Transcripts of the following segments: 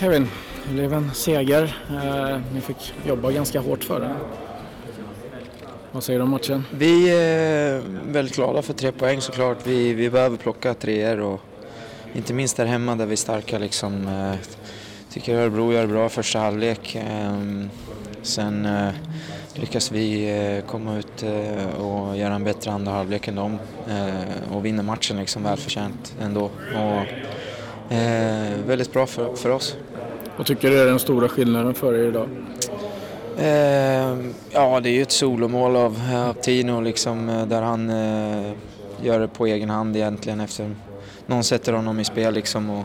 Kevin. Det blev en seger. Ni fick jobba ganska hårt för det. Vad säger du om matchen? Vi är väldigt glada för 3 poäng såklart. Vi behöver plocka 3 och inte minst där hemma där vi är starka. Liksom, tycker Örebro gör bra första halvlek. Sen lyckas vi komma ut och göra en bättre andra halvlek än dem. Och vinna matchen liksom välförtjänt ändå. Och, väldigt bra för oss. Vad tycker du är den stora skillnaden för er idag? Ja, det är ju ett solomål av Tino liksom, där han gör det på egen hand egentligen efter någon sätter honom i spel liksom, och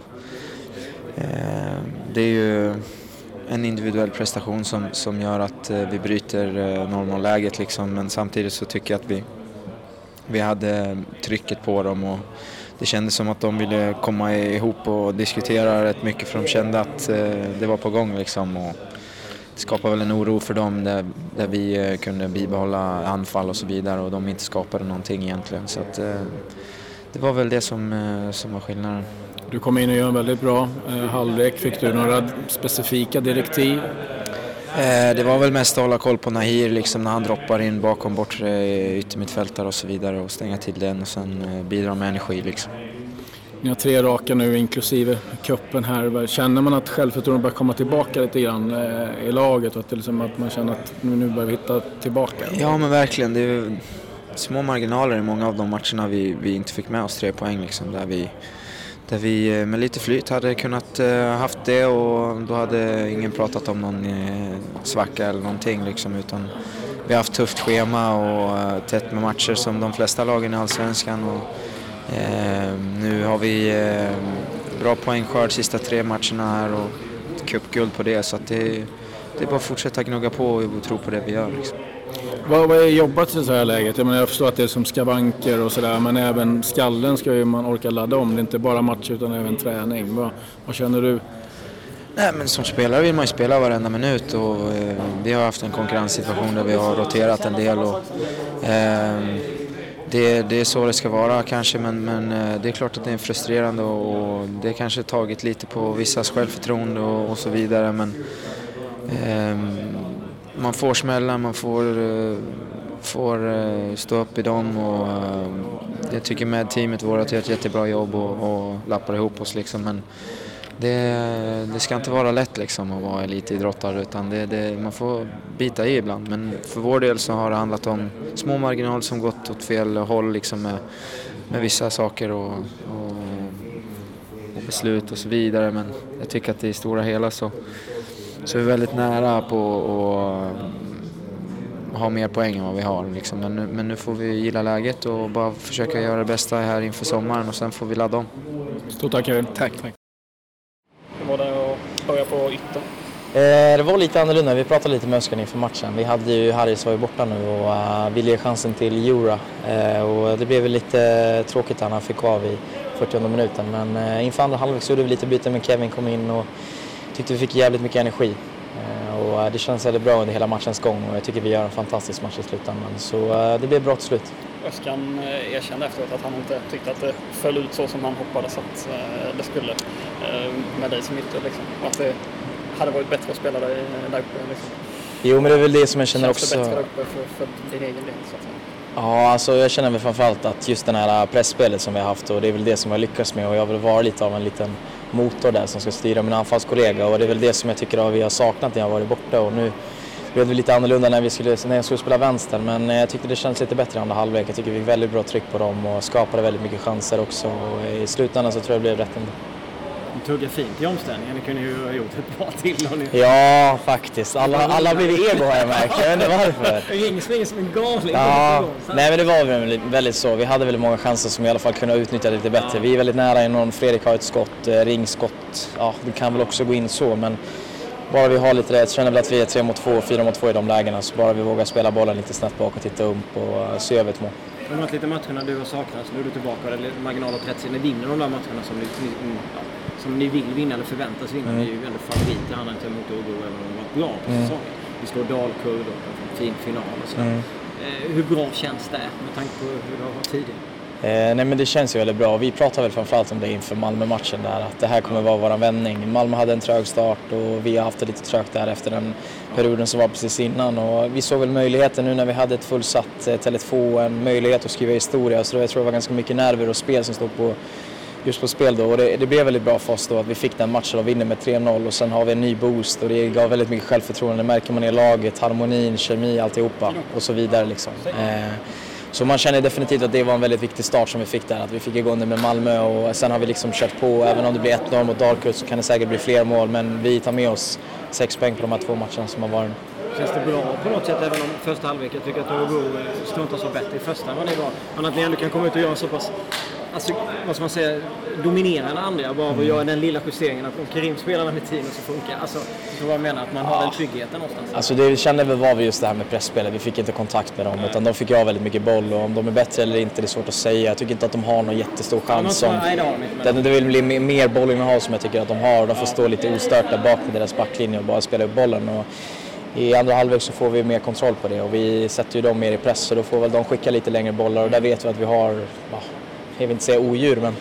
det är ju en individuell prestation som gör att vi bryter 0-0-läget liksom, men samtidigt så tycker jag att vi hade trycket på dem och det kändes som att de ville komma ihop och diskutera rätt mycket för de kände att det var på gång liksom, och det skapade väl en oro för dem där vi kunde bibehålla anfall och så vidare och de inte skapade någonting egentligen. Så att, det var väl det som var skillnaden. Du kom in och gör en väldigt bra halvlek. Fick du några specifika direktiv? Det var väl mest att hålla koll på Nahir liksom, när han droppar in bakom bortre yttermittfältare och så vidare och stänga till den och sen bidra med energi liksom. Ni har 3 raka nu inklusive kuppen här. Känner man att självförtroendet börjar komma tillbaka lite grann i laget och att, liksom, att man känner att nu börjar vi hitta tillbaka? Ja men verkligen. Det är ju små marginaler i många av de matcherna vi inte fick med oss 3 poäng liksom, där vi med lite flyt hade kunnat haft det och då hade ingen pratat om någon svacka eller någonting liksom, utan vi har haft tufft schema och tätt med matcher som de flesta lagen i Allsvenskan och nu har vi bra poängskörd sista 3 matcherna här och cupguld på det, så att det är bara att fortsätta gnugga på och tro på det vi gör liksom. Vad är jobbat i så här läget? Jag förstår att det är som skavanker och sådär, men även skallen ska ju man orka ladda om. Det är inte bara match utan även träning. Vad känner du? Nej, men som spelare vill man ju spela varenda minut och vi har haft en konkurrenssituation där vi har roterat en del och det är så det ska vara kanske, men det är klart att det är frustrerande och det kanske tagit lite på vissas självförtroende och så vidare, men man får smälla, man får stå upp i dem och jag tycker med teamet vårat gör ett jättebra jobb och lappar ihop oss liksom, men det ska inte vara lätt liksom att vara elitidrottare, utan man får bita i ibland, men för vår del så har det handlat om små marginaler som gått åt fel håll liksom, med vissa saker och beslut och så vidare, men jag tycker att det i stora hela så är vi väldigt nära på att ha mer poäng än vad vi har liksom. Men nu får vi gilla läget och bara försöka göra det bästa här inför sommaren och sen får vi ladda om. Stort tack Kevin. Tack. Hur var det att börja på ytter? Det var lite annorlunda. Vi pratade lite med Öskan inför matchen. Vi hade ju Harris var ju borta nu och ville ge chansen till Jura. Och det blev väl lite tråkigt när han fick av i 40:e minuten. Men inför andra halvlek så gjorde vi lite byte, men Kevin kom in och tyckte vi fick jävligt mycket energi. Och det känns väldigt bra under hela matchens gång och jag tycker vi gör en fantastisk match i slutändan. Så det blev bra till slut. Öskan erkände efteråt att han inte tyckte att det föll ut så som han hoppades att det skulle med dig som ytter liksom. Och att det hade varit bättre att spela där uppe liksom. Jo, men det är väl det som jag känner också. Känns det bättre där uppe för din egen del så att säga? Ja, alltså jag känner väl framförallt att just det här pressspelet som vi har haft, och det är väl det som jag lyckas med, och jag vill vara lite av en liten motor där som ska styra min anfallskollega, och det är väl det som jag tycker att vi har saknat när jag har varit borta, och nu blev det lite annorlunda när jag skulle spela vänster, men jag tyckte det kändes lite bättre i andra halvlek. Jag tycker vi fick väldigt bra tryck på dem och skapade väldigt mycket chanser också, och i slutändan så tror jag det blev rätt ändå. Ni tuggar fint i omställningen, ni kunde ju ha gjort ett bra till. Ja, faktiskt. Alla blev ego har jag märkt. Jag vet inte varför. Ingen springer som en galning. Ja, nej men det var väldigt så. Vi hade väldigt många chanser som vi i alla fall kunde utnyttja lite bättre. Vi är väldigt nära innan Fredrik har ett skott, ringskott. Ja, det kan väl också gå in så, men bara vi har lite rätt, känner väl att vi är 3-2, 4-2 i de lägena, så bara vi vågar spela bollen lite snett bak och titta upp och se över ett mål. Det har varit lite matcherna du har saknat, så nu är du tillbaka och det är marginal åt rätt sida. Ni vinner de där matcherna som ni vill vinna eller förväntas vinna. Ni är ju väldigt favoriter, han har inte emot Örebro även om de har varit bra på säsongen. Vi slår Dalkurd och en fin final och sådär. Hur bra känns det med tanke på hur det har varit tidigare? Nej, men det känns ju väldigt bra. Vi pratar väl framförallt om det inför Malmö-matchen där, att det här kommer vara våran vändning. Malmö hade en trög start och vi har haft det lite trögt där efter den perioden som var precis innan. Och vi såg väl möjligheten nu när vi hade ett fullsatt Tele2, en möjlighet att skriva historia. Så jag tror det var ganska mycket nerver och spel som stod just på spel då. Och det blev väldigt bra för oss då att vi fick den matchen och vinner med 3-0 och sen har vi en ny boost och det gav väldigt mycket självförtroende. Det märker man i laget, harmonin, kemi, alltihopa och så vidare liksom. Så man känner definitivt att det var en väldigt viktig start som vi fick där, att vi fick igång det med Malmö och sen har vi liksom kört på. Även om det blir 1-0 mot Dalkurd så kan det säkert bli fler mål, men vi tar med oss 6 poäng på de här 2 matcherna som har varit. Känns det bra på något sätt även om första halvlek? Jag tycker att Örebro struntar så bättre i första än vad det var. Men att ni ändå kan komma ut och göra så pass, alltså, vad ska man säga, dominerande andra bara och göra den lilla justeringen att om Karim spelar med tiden så funkar. Alltså, så vad jag menar, att man har den tryggheten någonstans. Alltså det vi kände väl var vi just det här med pressspelet. Vi fick inte kontakt med dem utan de fick väldigt mycket boll och om de är bättre eller inte det är svårt att säga. Jag tycker inte att de har någon jättestor chans. Det vill bli mer bollinnehav som jag tycker att de har. De får stå lite ostört där bak med deras backlinje och bara spela upp bollen. Och i andra halvlek så får vi mer kontroll på det och vi sätter ju dem mer i press så då får väl de skicka lite längre bollar och där vet vi att vi har, jag vill inte säga odjur men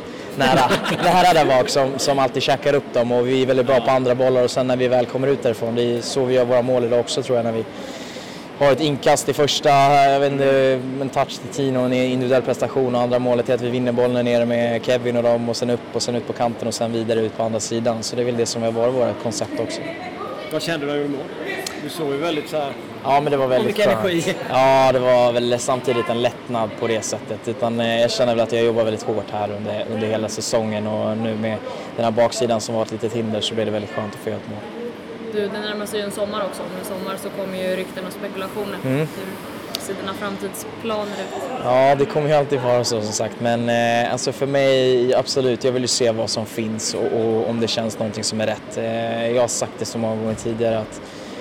nära där bak som alltid käkar upp dem och vi är väldigt bra på andra bollar och sen när vi väl kommer ut därifrån, det är så vi gör våra mål idag också tror jag när vi har ett inkast i första, jag vet inte, en touch till Tino och en individuell prestation och andra målet är att vi vinner bollen nere med Kevin och dem och sen upp på kanten och sen vidare ut på andra sidan så det är väl det som har varit våra koncept också. Vad kände du när du mål? Du såg ju väldigt så här... Ja, men det var väldigt skönt. Energi. Ja, det var väl samtidigt en lättnad på det sättet. Utan jag känner väl att jag jobbar väldigt hårt här under hela säsongen och nu med den här baksidan som var ett litet hinder så blev det väldigt skönt att få göra ett mål. Du, det närmar sig ju en sommar också. Med sommar så kommer ju rykten och spekulationer. Hur ser dina framtidsplaner ut? Ja, det kommer ju alltid vara så som sagt. Men alltså för mig, absolut, jag vill ju se vad som finns och om det känns någonting som är rätt. Jag har sagt det så många gånger tidigare att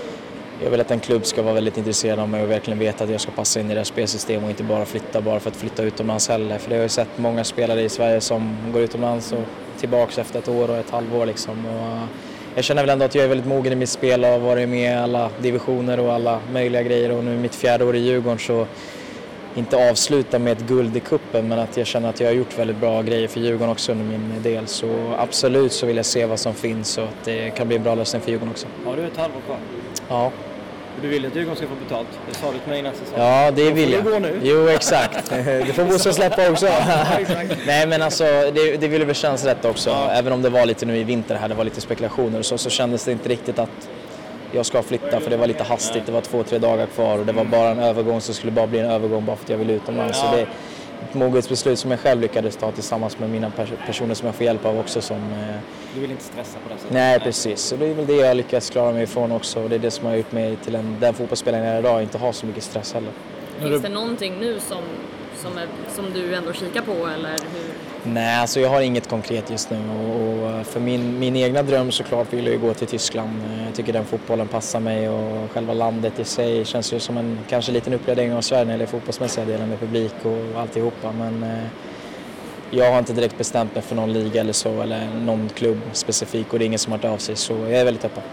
jag vill att en klubb ska vara väldigt intresserad av mig och verkligen veta att jag ska passa in i deras spelsystem och inte bara flytta bara för att flytta utomlands heller. För det har jag sett många spelare i Sverige som går utomlands och tillbaka efter ett år och ett halvår liksom. Och jag känner väl ändå att jag är väldigt mogen i mitt spel och har varit med i alla divisioner och alla möjliga grejer och nu mitt 4:e år i Djurgården så inte avsluta med ett guld i kuppen men att jag känner att jag har gjort väldigt bra grejer för Djurgården också under min del så absolut så vill jag se vad som finns och att det kan bli en bra lösning för Djurgården också. Har du ett halvår kvar? Ja. Du vill att Djurgården ska få betalt? Det sa du till mig innan säsongen. Ja, det vill jag. Gå nu. Jo, exakt. Det får Bosse släppa också. Nej, men alltså det ville väl kännas rätt också. Ja. Även om det var lite nu i vinter här, det var lite spekulationer och så kändes det inte riktigt att jag ska flytta för det var lite hastigt. Det var 2-3 dagar kvar och det var bara en övergång så skulle bara bli en övergång bara för att jag ville utomlands. Ja. Så det är ett moget beslut som jag själv lyckades ta tillsammans med mina personer som jag får hjälp av också. Du vill inte stressa på det sättet? Nej, precis. Så det är väl det jag lyckas klara mig ifrån också. Och det är det som har gjort mig till den fotbollsspelaren jag är idag. Inte ha så mycket stress heller. Finns det någonting nu som du ändå kikar på eller hur? Nej, alltså jag har inget konkret just nu och för min egna dröm såklart vill jag gå till Tyskland. Jag tycker den fotbollen passar mig och själva landet i sig känns ju som en kanske liten uppgradering av Sverige eller fotbollsmässiga delen med publik och alltihopa. Men jag har inte direkt bestämt mig för någon liga eller så eller någon klubb specifik och det är ingen som har hört av sig så jag är väldigt öppen.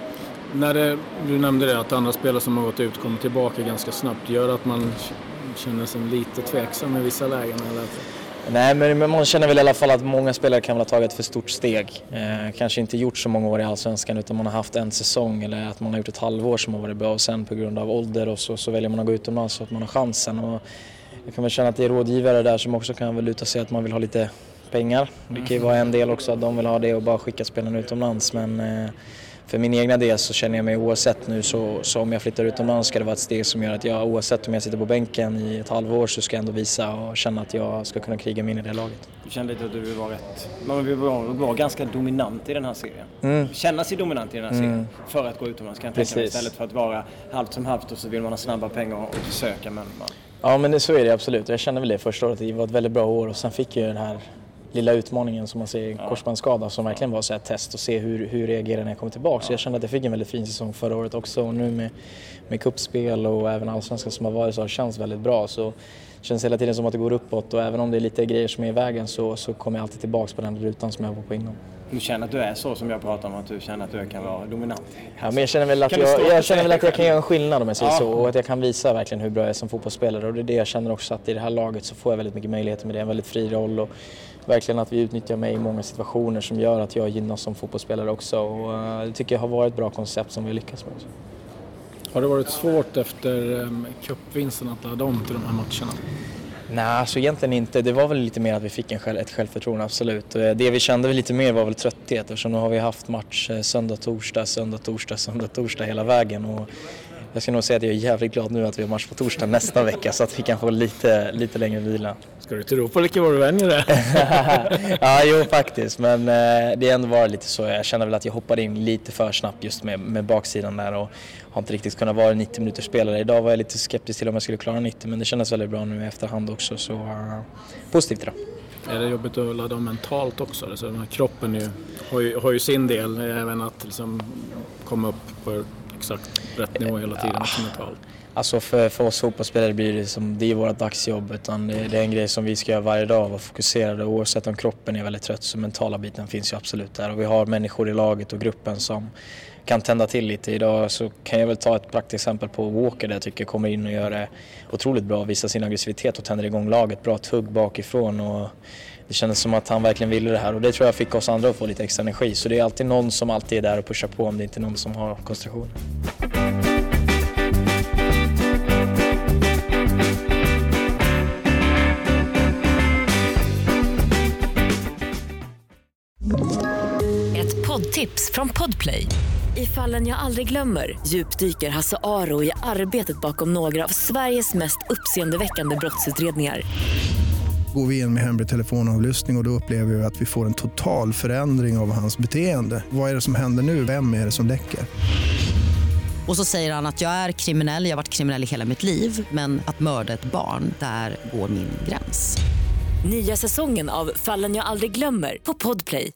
Du nämnde det att andra spelare som har gått ut kommer tillbaka ganska snabbt. Gör det att man känner sig lite tveksam i vissa lägen? Eller? Nej, men man känner väl i alla fall att många spelare kan väl ha tagit ett för stort steg. Kanske inte gjort så många år i Allsvenskan utan man har haft en säsong eller att man har gjort ett halvår som har varit bra och sen på grund av ålder och så väljer man att gå utomlands så att man har chansen. Och jag kan väl känna att det är rådgivare där som också kan väl luta sig att man vill ha lite pengar. Det kan ju vara en del också att de vill ha det och bara skicka spelarna utomlands men för min egna del så känner jag mig oavsett nu så om jag flyttar utomlands ska det vara ett steg som gör att jag oavsett om jag sitter på bänken i ett halvår så ska jag ändå visa och känna att jag ska kunna kriga mig in i det laget. Du kände lite att du var rätt, man vill vara ganska dominant i den här serien. Känna sig dominant i den här serien för att gå utomlands kan jag tänka mig istället för att vara halvt som halvt och så vill man ha snabba pengar och försöka men Ja men så är det absolut. Jag kände väl det första året, det var ett väldigt bra år och sen fick jag den här lilla utmaningen som man ser i korsbandsskada som verkligen var så ett test och se hur reagerar när jag kommer tillbaka. Så jag kände att jag fick en väldigt fin säsong förra året också och nu med kuppspel och även Allsvenskan som har varit så har känns väldigt bra så det känns hela tiden som att det går uppåt och även om det är lite grejer som är i vägen så kommer jag alltid tillbaka på den rutan som jag var på innan. du känner att du är så som jag pratar om, att du känner att du kan vara dominant? Ja, men jag känner väl att jag kan göra en skillnad om jag säger så, och att jag kan visa verkligen hur bra jag är som fotbollsspelare, och det är det jag känner också, att i det här laget så får jag väldigt mycket möjligheter med det, en väldigt fri roll, och verkligen att vi utnyttjar mig i många situationer som gör att jag gynnas som fotbollsspelare också, och det tycker jag har varit ett bra koncept som vi lyckas med också. Har det varit svårt efter cupvinsten att ladda om till de här matcherna? Nej, alltså egentligen inte. Det var väl lite mer att vi fick ett självförtroende, absolut. Det vi kände väl lite mer var väl trötthet, eftersom nu har vi haft match söndag, torsdag hela vägen. Och jag ska nog säga att jag är jävligt glad nu att vi har match på torsdag nästa vecka, så att vi kan få lite längre vila. Ska du tro på lika vad du vänjer det? Ja, jo faktiskt. Men det har ändå varit lite så. Jag känner väl att jag hoppade in lite för snabbt just med baksidan där, och har inte riktigt kunnat vara 90 minuters spelare. Idag var jag lite skeptisk till om jag skulle klara 90, men det kändes väldigt bra nu i efterhand också, så positivt idag. Är det jobbigt att ladda om mentalt också? Så den här kroppen har ju sin del, även att liksom komma upp på exakt rätt nivå hela tiden också mentalt. Alltså för oss fotbollsspelare blir det är vårt dagsjobb, utan det är en grej som vi ska göra varje dag, vara fokuserade, oavsett om kroppen är väldigt trött, så mentala biten finns ju absolut där, och vi har människor i laget och gruppen som kan tända till lite. Idag så kan jag väl ta ett praktiskt exempel på Walker, där jag tycker kommer in och gör det otroligt bra, visar sin aggressivitet och tänder igång laget, bra tugg bakifrån, och det kändes som att han verkligen ville det här, och det tror jag fick oss andra att få lite extra energi, så det är alltid någon som alltid är där och pushar på om det inte är någon som har koncentration. Ett poddtips från Podplay. I Fallen jag aldrig glömmer djupdyker Hasse Aro i arbetet bakom några av Sveriges mest uppseendeväckande brottsutredningar. Går vi in med hemlig telefonavlyssning och då upplever vi att vi får en total förändring av hans beteende. Vad är det som händer nu? Vem är det som läcker? Och så säger han att jag är kriminell, jag har varit kriminell i hela mitt liv, men att mörda ett barn, där går min gräns. Nya säsongen av Fallen jag aldrig glömmer på Podplay.